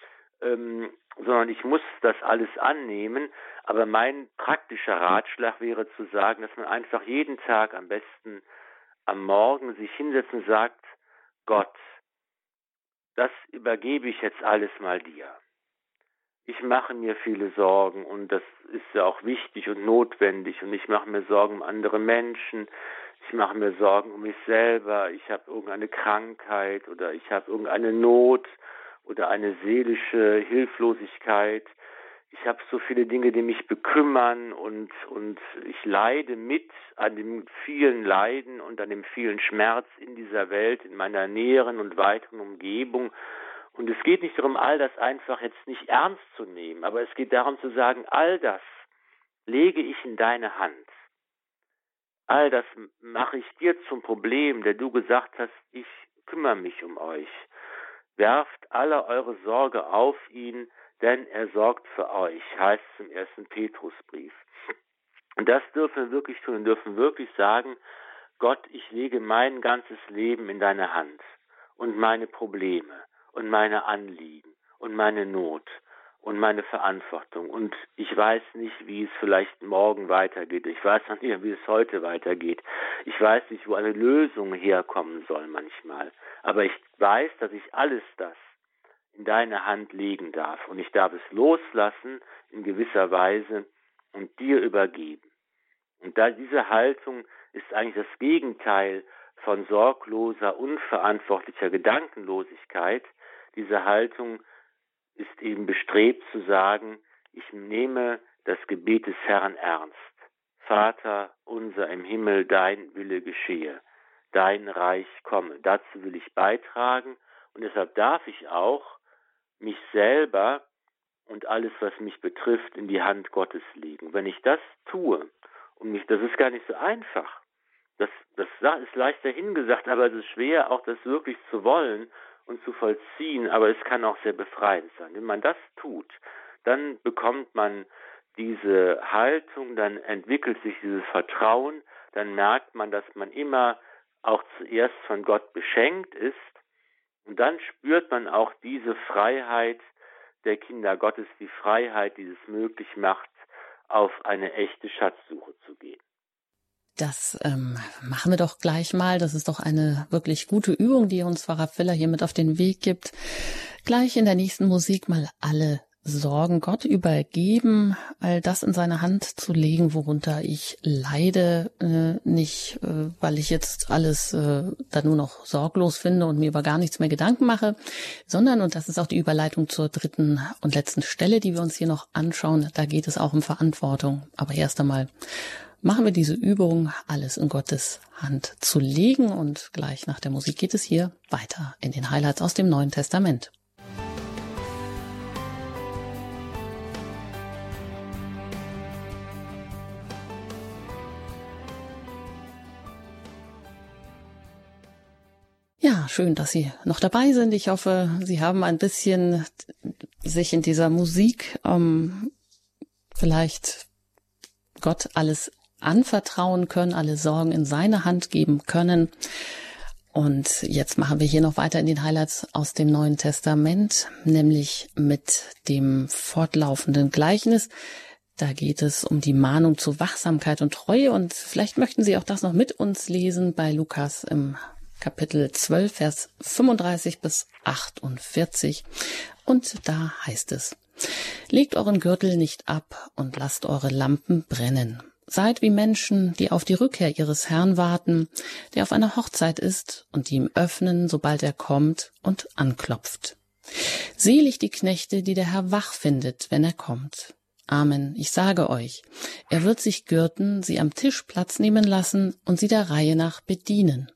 sondern ich muss das alles annehmen. Aber mein praktischer Ratschlag wäre zu sagen, dass man einfach jeden Tag am besten am Morgen sich hinsetzt und sagt, Gott, das übergebe ich jetzt alles mal dir. Ich mache mir viele Sorgen und das ist ja auch wichtig und notwendig und ich mache mir Sorgen um andere Menschen, ich mache mir Sorgen um mich selber, ich habe irgendeine Krankheit oder ich habe irgendeine Not oder eine seelische Hilflosigkeit. Ich habe so viele Dinge, die mich bekümmern und ich leide mit an dem vielen Leiden und an dem vielen Schmerz in dieser Welt, in meiner näheren und weiteren Umgebung. Und es geht nicht darum, all das einfach jetzt nicht ernst zu nehmen, aber es geht darum zu sagen, all das lege ich in deine Hand. All das mache ich dir zum Problem, der du gesagt hast, ich kümmere mich um euch. Werft alle eure Sorge auf ihn, denn er sorgt für euch, heißt es im 1. Petrusbrief. Und das dürfen wir wirklich tun, dürfen wirklich sagen, Gott, ich lege mein ganzes Leben in deine Hand und meine Probleme und meine Anliegen und meine Not und meine Verantwortung. Und ich weiß nicht, wie es vielleicht morgen weitergeht. Ich weiß noch nicht, wie es heute weitergeht. Ich weiß nicht, wo eine Lösung herkommen soll manchmal. Aber ich weiß, dass ich alles das in deine Hand legen darf. Und ich darf es loslassen in gewisser Weise und dir übergeben. Und da diese Haltung ist eigentlich das Gegenteil von sorgloser, unverantwortlicher Gedankenlosigkeit. Diese Haltung ist eben bestrebt zu sagen, ich nehme das Gebet des Herrn ernst. Vater unser im Himmel, dein Wille geschehe, dein Reich komme. Dazu will ich beitragen und deshalb darf ich auch mich selber und alles, was mich betrifft, in die Hand Gottes legen. Wenn ich das tue, das ist gar nicht so einfach. Das ist leicht dahingesagt, aber es ist schwer, auch das wirklich zu wollen und zu vollziehen, aber es kann auch sehr befreiend sein. Wenn man das tut, dann bekommt man diese Haltung, dann entwickelt sich dieses Vertrauen, dann merkt man, dass man immer auch zuerst von Gott beschenkt ist und dann spürt man auch diese Freiheit der Kinder Gottes, die Freiheit, die es möglich macht, auf eine echte Schatzsuche zu gehen. Das machen wir doch gleich mal. Das ist doch eine wirklich gute Übung, die uns Pfarrer Filler hier mit auf den Weg gibt. Gleich in der nächsten Musik mal alle Sorgen Gott übergeben, all das in seine Hand zu legen, worunter ich leide, nicht, weil ich jetzt alles da nur noch sorglos finde und mir über gar nichts mehr Gedanken mache, sondern, und das ist auch die Überleitung zur dritten und letzten Stelle, die wir uns hier noch anschauen, da geht es auch um Verantwortung. Aber erst einmal machen wir diese Übung, alles in Gottes Hand zu legen, und gleich nach der Musik geht es hier weiter in den Highlights aus dem Neuen Testament. Ja, schön, dass Sie noch dabei sind. Ich hoffe, Sie haben ein bisschen sich in dieser Musik vielleicht Gott alles anvertrauen können, alle Sorgen in seine Hand geben können. Und jetzt machen wir hier noch weiter in den Highlights aus dem Neuen Testament, nämlich mit dem fortlaufenden Gleichnis. Da geht es um die Mahnung zu Wachsamkeit und Treue, und vielleicht möchten Sie auch das noch mit uns lesen bei Lukas im Kapitel 12, Vers 35 bis 48. Und da heißt es: Legt euren Gürtel nicht ab und lasst eure Lampen brennen. Seid wie Menschen, die auf die Rückkehr ihres Herrn warten, der auf einer Hochzeit ist, und die ihm öffnen, sobald er kommt und anklopft. Selig die Knechte, die der Herr wach findet, wenn er kommt. Amen, ich sage euch, er wird sich gürten, sie am Tisch Platz nehmen lassen und sie der Reihe nach bedienen.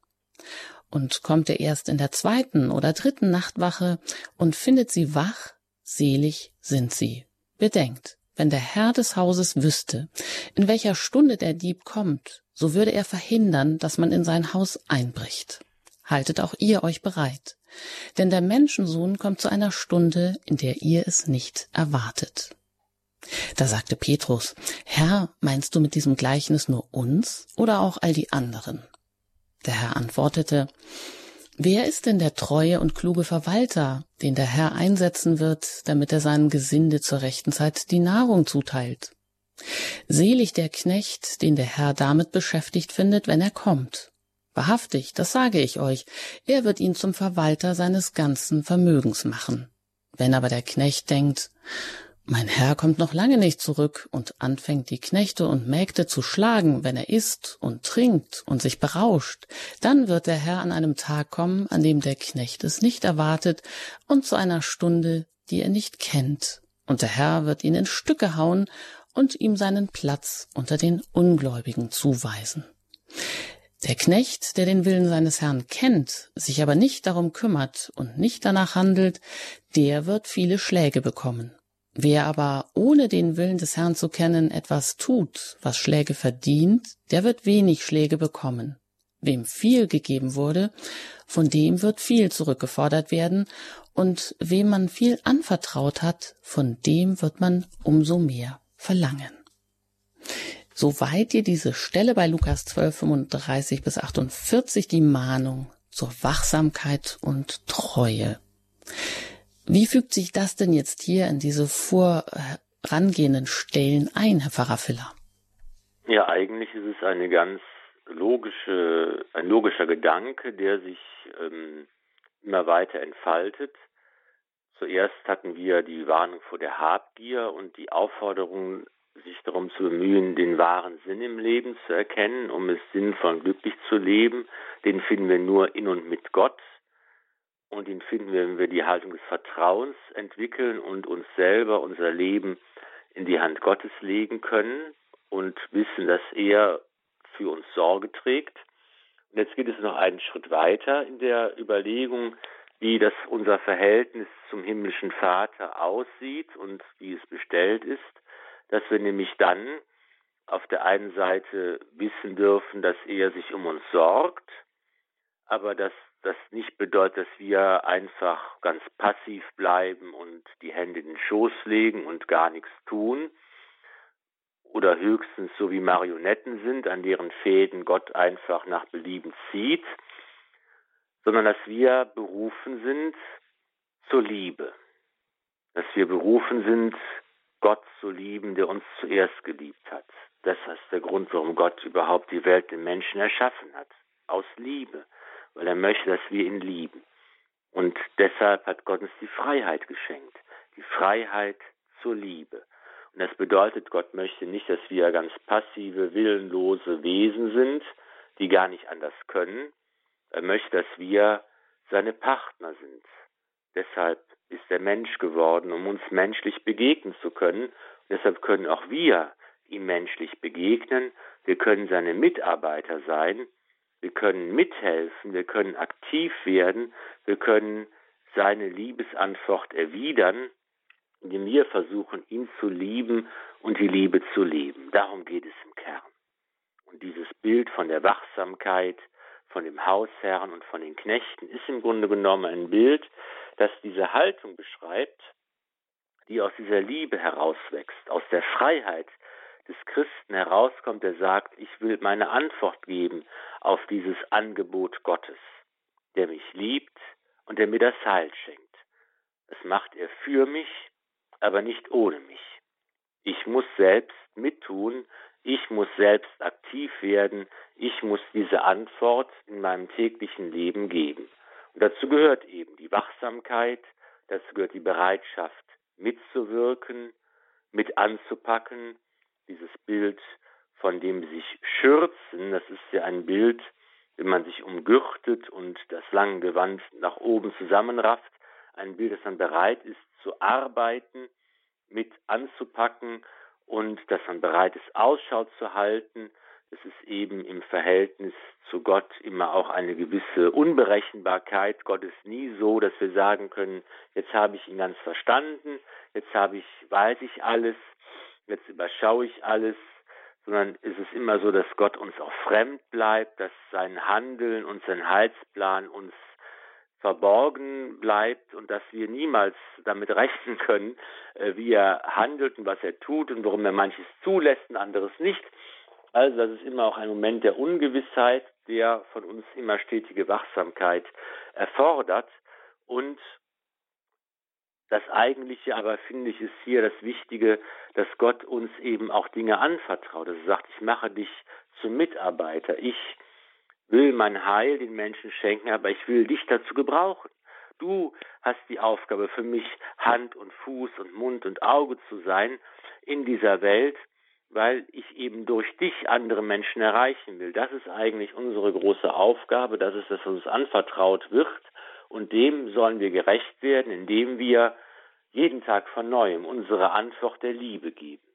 Und kommt er erst in der 2. oder 3. Nachtwache und findet sie wach, selig sind sie. Bedenkt, wenn der Herr des Hauses wüsste, in welcher Stunde der Dieb kommt, so würde er verhindern, dass man in sein Haus einbricht. Haltet auch ihr euch bereit, denn der Menschensohn kommt zu einer Stunde, in der ihr es nicht erwartet. Da sagte Petrus: Herr, meinst du mit diesem Gleichnis nur uns oder auch all die anderen? Der Herr antwortete: Wer ist denn der treue und kluge Verwalter, den der Herr einsetzen wird, damit er seinem Gesinde zur rechten Zeit die Nahrung zuteilt? Selig der Knecht, den der Herr damit beschäftigt findet, wenn er kommt. Wahrhaftig, das sage ich euch, er wird ihn zum Verwalter seines ganzen Vermögens machen. Wenn aber der Knecht denkt: Mein Herr kommt noch lange nicht zurück, und anfängt die Knechte und Mägde zu schlagen, wenn er isst und trinkt und sich berauscht, dann wird der Herr an einem Tag kommen, an dem der Knecht es nicht erwartet, und zu einer Stunde, die er nicht kennt. Und der Herr wird ihn in Stücke hauen und ihm seinen Platz unter den Ungläubigen zuweisen. Der Knecht, der den Willen seines Herrn kennt, sich aber nicht darum kümmert und nicht danach handelt, der wird viele Schläge bekommen. Wer aber, ohne den Willen des Herrn zu kennen, etwas tut, was Schläge verdient, der wird wenig Schläge bekommen. Wem viel gegeben wurde, von dem wird viel zurückgefordert werden, und wem man viel anvertraut hat, von dem wird man umso mehr verlangen. Soweit dir diese Stelle bei Lukas 12, 35 bis 48, die Mahnung zur Wachsamkeit und Treue. Wie fügt sich das denn jetzt hier in diese vorangehenden Stellen ein, Herr Pfarrer Filler? Ja, eigentlich ist es ein logischer Gedanke, der sich immer weiter entfaltet. Zuerst hatten wir die Warnung vor der Habgier und die Aufforderung, sich darum zu bemühen, den wahren Sinn im Leben zu erkennen, um es sinnvoll und glücklich zu leben. Den finden wir nur in und mit Gott. Und den finden wir, wenn wir die Haltung des Vertrauens entwickeln und uns selber, unser Leben in die Hand Gottes legen können und wissen, dass er für uns Sorge trägt. Und jetzt geht es noch einen Schritt weiter in der Überlegung, wie das unser Verhältnis zum himmlischen Vater aussieht und wie es bestellt ist, dass wir nämlich dann auf der einen Seite wissen dürfen, dass er sich um uns sorgt, aber dass das nicht bedeutet, dass wir einfach ganz passiv bleiben und die Hände in den Schoß legen und gar nichts tun oder höchstens so wie Marionetten sind, an deren Fäden Gott einfach nach Belieben zieht, sondern dass wir berufen sind zur Liebe, dass wir berufen sind, Gott zu lieben, der uns zuerst geliebt hat. Das ist der Grund, warum Gott überhaupt die Welt, den Menschen erschaffen hat, aus Liebe, weil er möchte, dass wir ihn lieben. Und deshalb hat Gott uns die Freiheit geschenkt, die Freiheit zur Liebe. Und das bedeutet, Gott möchte nicht, dass wir ganz passive, willenlose Wesen sind, die gar nicht anders können. Er möchte, dass wir seine Partner sind. Deshalb ist der Mensch geworden, um uns menschlich begegnen zu können. Und deshalb können auch wir ihm menschlich begegnen. Wir können seine Mitarbeiter sein. Wir können mithelfen. Wir können aktiv werden. Wir können seine Liebesantwort erwidern, indem wir versuchen, ihn zu lieben und die Liebe zu leben. Darum geht es im Kern. Und dieses Bild von der Wachsamkeit, von dem Hausherrn und von den Knechten ist im Grunde genommen ein Bild, das diese Haltung beschreibt, die aus dieser Liebe herauswächst, aus der Freiheit des Christen herauskommt, der sagt, ich will meine Antwort geben auf dieses Angebot Gottes, der mich liebt und der mir das Heil schenkt. Das macht er für mich, aber nicht ohne mich. Ich muss selbst mittun, ich muss selbst aktiv werden, ich muss diese Antwort in meinem täglichen Leben geben. Und dazu gehört eben die Wachsamkeit, dazu gehört die Bereitschaft mitzuwirken, mit anzupacken. Dieses Bild von dem sich schürzen, das ist ja ein Bild, wenn man sich umgürtet und das lange Gewand nach oben zusammenrafft, ein Bild, dass man bereit ist zu arbeiten, mit anzupacken und dass man bereit ist, Ausschau zu halten. Es ist eben im Verhältnis zu Gott immer auch eine gewisse Unberechenbarkeit. Gott ist nie so, dass wir sagen können, jetzt habe ich ihn ganz verstanden, jetzt weiß ich alles, jetzt überschaue ich alles, sondern es ist immer so, dass Gott uns auch fremd bleibt, dass sein Handeln und sein Heilsplan uns verborgen bleibt und dass wir niemals damit rechnen können, wie er handelt und was er tut und warum er manches zulässt und anderes nicht. Also das ist immer auch ein Moment der Ungewissheit, der von uns immer stetige Wachsamkeit erfordert. Und das Eigentliche aber, finde ich, ist hier das Wichtige, dass Gott uns eben auch Dinge anvertraut. Er sagt, ich mache dich zum Mitarbeiter. Ich will mein Heil den Menschen schenken, aber ich will dich dazu gebrauchen. Du hast die Aufgabe für mich, Hand und Fuß und Mund und Auge zu sein in dieser Welt, weil ich eben durch dich andere Menschen erreichen will. Das ist eigentlich unsere große Aufgabe, das ist das, was uns anvertraut wird und dem sollen wir gerecht werden, indem wir jeden Tag von Neuem unsere Antwort der Liebe geben.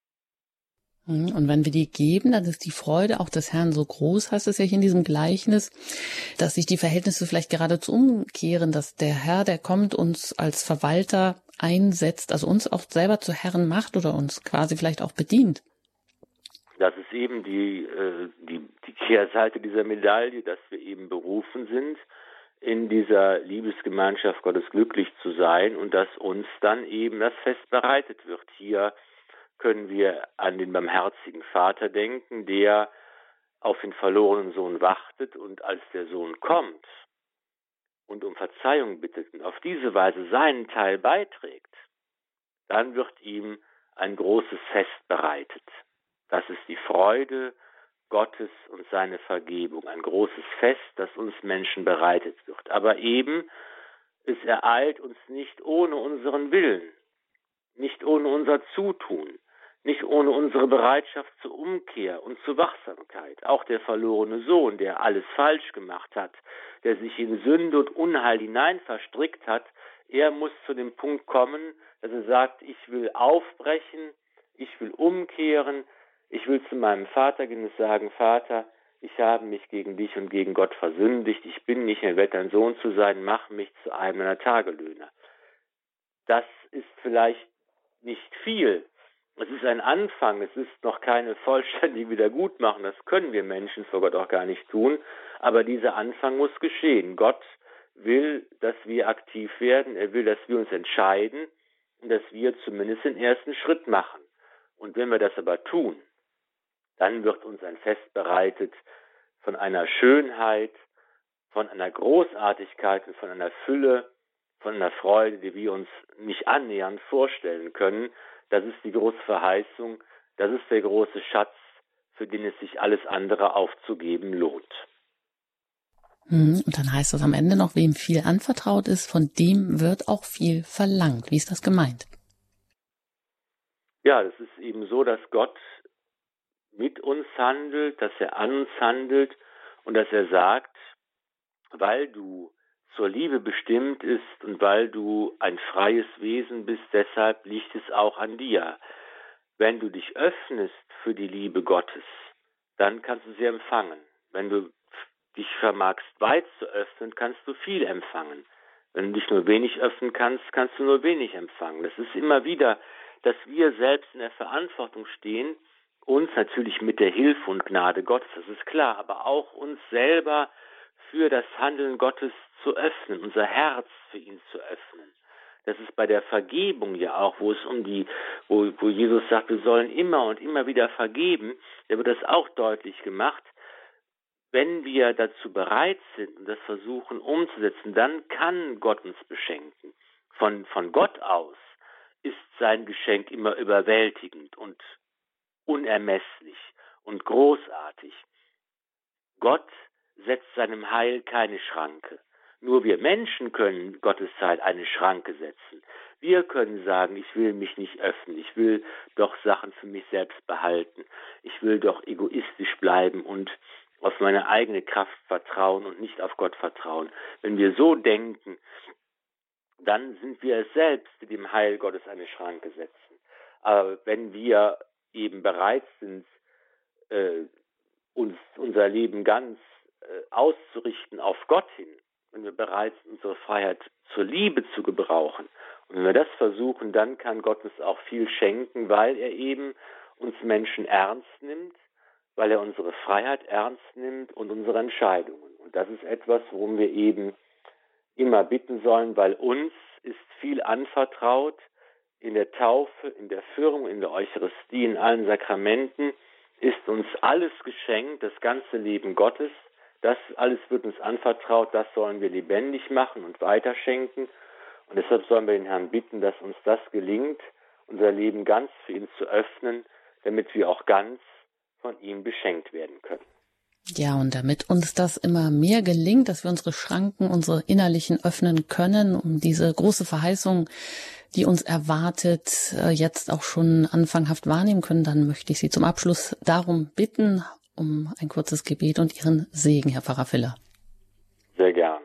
Und wenn wir die geben, dann ist die Freude auch des Herrn so groß, heißt es ja hier in diesem Gleichnis, dass sich die Verhältnisse vielleicht geradezu umkehren, dass der Herr, der kommt, uns als Verwalter einsetzt, also uns auch selber zu Herren macht oder uns quasi vielleicht auch bedient. Das ist eben die Kehrseite dieser Medaille, dass wir eben berufen sind, in dieser Liebesgemeinschaft Gottes glücklich zu sein und dass uns dann eben das Fest bereitet wird, hier können wir an den barmherzigen Vater denken, der auf den verlorenen Sohn wartet und als der Sohn kommt und um Verzeihung bittet und auf diese Weise seinen Teil beiträgt, dann wird ihm ein großes Fest bereitet. Das ist die Freude Gottes und seine Vergebung, ein großes Fest, das uns Menschen bereitet wird. Aber eben, es ereilt uns nicht ohne unseren Willen, nicht ohne unser Zutun, nicht ohne unsere Bereitschaft zur Umkehr und zur Wachsamkeit. Auch der verlorene Sohn, der alles falsch gemacht hat, der sich in Sünde und Unheil hinein verstrickt hat, er muss zu dem Punkt kommen, dass er sagt, ich will aufbrechen, ich will umkehren, ich will zu meinem Vater gehen und sagen, Vater, ich habe mich gegen dich und gegen Gott versündigt, ich bin nicht mehr wert, dein Sohn zu sein, mach mich zu einem meiner Tagelöhner. Das ist vielleicht nicht viel. Es ist ein Anfang, es ist noch keine vollständige Wiedergutmachung, das können wir Menschen vor Gott auch gar nicht tun, aber dieser Anfang muss geschehen. Gott will, dass wir aktiv werden, er will, dass wir uns entscheiden und dass wir zumindest den ersten Schritt machen. Und wenn wir das aber tun, dann wird uns ein Fest bereitet von einer Schönheit, von einer Großartigkeit und von einer Fülle, von einer Freude, die wir uns nicht annähernd vorstellen können. Das ist die große Verheißung, das ist der große Schatz, für den es sich alles andere aufzugeben lohnt. Und dann heißt das am Ende noch, wem viel anvertraut ist, von dem wird auch viel verlangt. Wie ist das gemeint? Ja, das ist eben so, dass Gott mit uns handelt, dass er an uns handelt und dass er sagt, weil du zur Liebe bestimmt ist und weil du ein freies Wesen bist, deshalb liegt es auch an dir. Wenn du dich öffnest für die Liebe Gottes, dann kannst du sie empfangen. Wenn du dich vermagst, weit zu öffnen, kannst du viel empfangen. Wenn du dich nur wenig öffnen kannst, kannst du nur wenig empfangen. Das ist immer wieder, dass wir selbst in der Verantwortung stehen, uns natürlich mit der Hilfe und Gnade Gottes, das ist klar, aber auch uns selber für das Handeln Gottes zu öffnen, unser Herz für ihn zu öffnen. Das ist bei der Vergebung ja auch, wo es wo Jesus sagt, wir sollen immer und immer wieder vergeben, da wird das auch deutlich gemacht. Wenn wir dazu bereit sind und das versuchen umzusetzen, dann kann Gott uns beschenken. Von Gott aus ist sein Geschenk immer überwältigend und unermesslich und großartig. Gott setzt seinem Heil keine Schranke. Nur wir Menschen können Gottes Heil eine Schranke setzen. Wir können sagen, ich will mich nicht öffnen, ich will doch Sachen für mich selbst behalten, ich will doch egoistisch bleiben und auf meine eigene Kraft vertrauen und nicht auf Gott vertrauen. Wenn wir so denken, dann sind wir es selbst, die dem Heil Gottes eine Schranke setzen. Aber wenn wir eben bereit sind, uns unser Leben ganz auszurichten auf Gott hin, wenn wir bereit sind, unsere Freiheit zur Liebe zu gebrauchen, und wenn wir das versuchen, dann kann Gott uns auch viel schenken, weil er eben uns Menschen ernst nimmt, weil er unsere Freiheit ernst nimmt und unsere Entscheidungen. Und das ist etwas, worum wir eben immer bitten sollen, weil uns ist viel anvertraut in der Taufe, in der Firmung, in der Eucharistie, in allen Sakramenten ist uns alles geschenkt, das ganze Leben Gottes. Das alles wird uns anvertraut, das sollen wir lebendig machen und weiterschenken. Und deshalb sollen wir den Herrn bitten, dass uns das gelingt, unser Leben ganz für ihn zu öffnen, damit wir auch ganz von ihm beschenkt werden können. Ja, und damit uns das immer mehr gelingt, dass wir unsere Schranken, unsere innerlichen öffnen können, um diese große Verheißung, die uns erwartet, jetzt auch schon anfanghaft wahrnehmen können, dann möchte ich Sie zum Abschluss darum bitten, um ein kurzes Gebet und Ihren Segen, Herr Pfarrer Filler. Sehr gerne.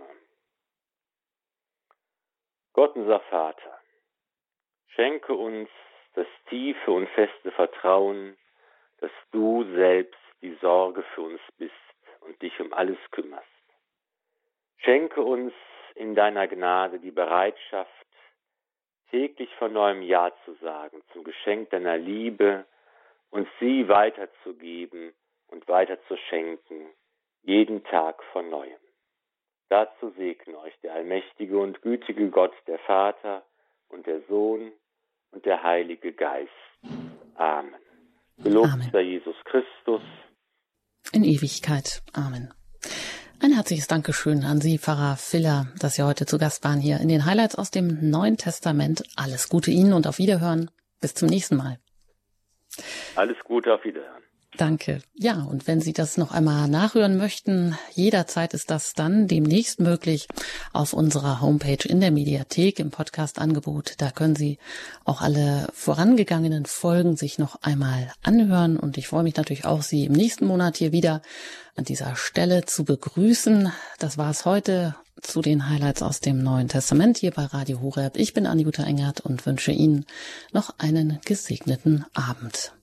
Gott, unser Vater, schenke uns das tiefe und feste Vertrauen, dass du selbst die Sorge für uns bist und dich um alles kümmerst. Schenke uns in deiner Gnade die Bereitschaft, täglich von neuem Ja zu sagen zum Geschenk deiner Liebe und sie weiterzugeben und weiterzuschenken, jeden Tag von neuem. Dazu segne euch der allmächtige und gütige Gott, der Vater und der Sohn und der Heilige Geist. Amen. Gelobt Amen. sei Jesus Christus. In Ewigkeit. Amen. Ein herzliches Dankeschön an Sie, Pfarrer Filler, dass Sie heute zu Gast waren hier in den Highlights aus dem Neuen Testament. Alles Gute Ihnen und auf Wiederhören. Bis zum nächsten Mal. Alles Gute, auf Wiederhören. Danke. Ja, und wenn Sie das noch einmal nachhören möchten, jederzeit ist das dann demnächst möglich auf unserer Homepage in der Mediathek im Podcast-Angebot. Da können Sie auch alle vorangegangenen Folgen sich noch einmal anhören. Und ich freue mich natürlich auch, Sie im nächsten Monat hier wieder an dieser Stelle zu begrüßen. Das war es heute zu den Highlights aus dem Neuen Testament hier bei Radio Horeb. Ich bin Anjuta Engert und wünsche Ihnen noch einen gesegneten Abend.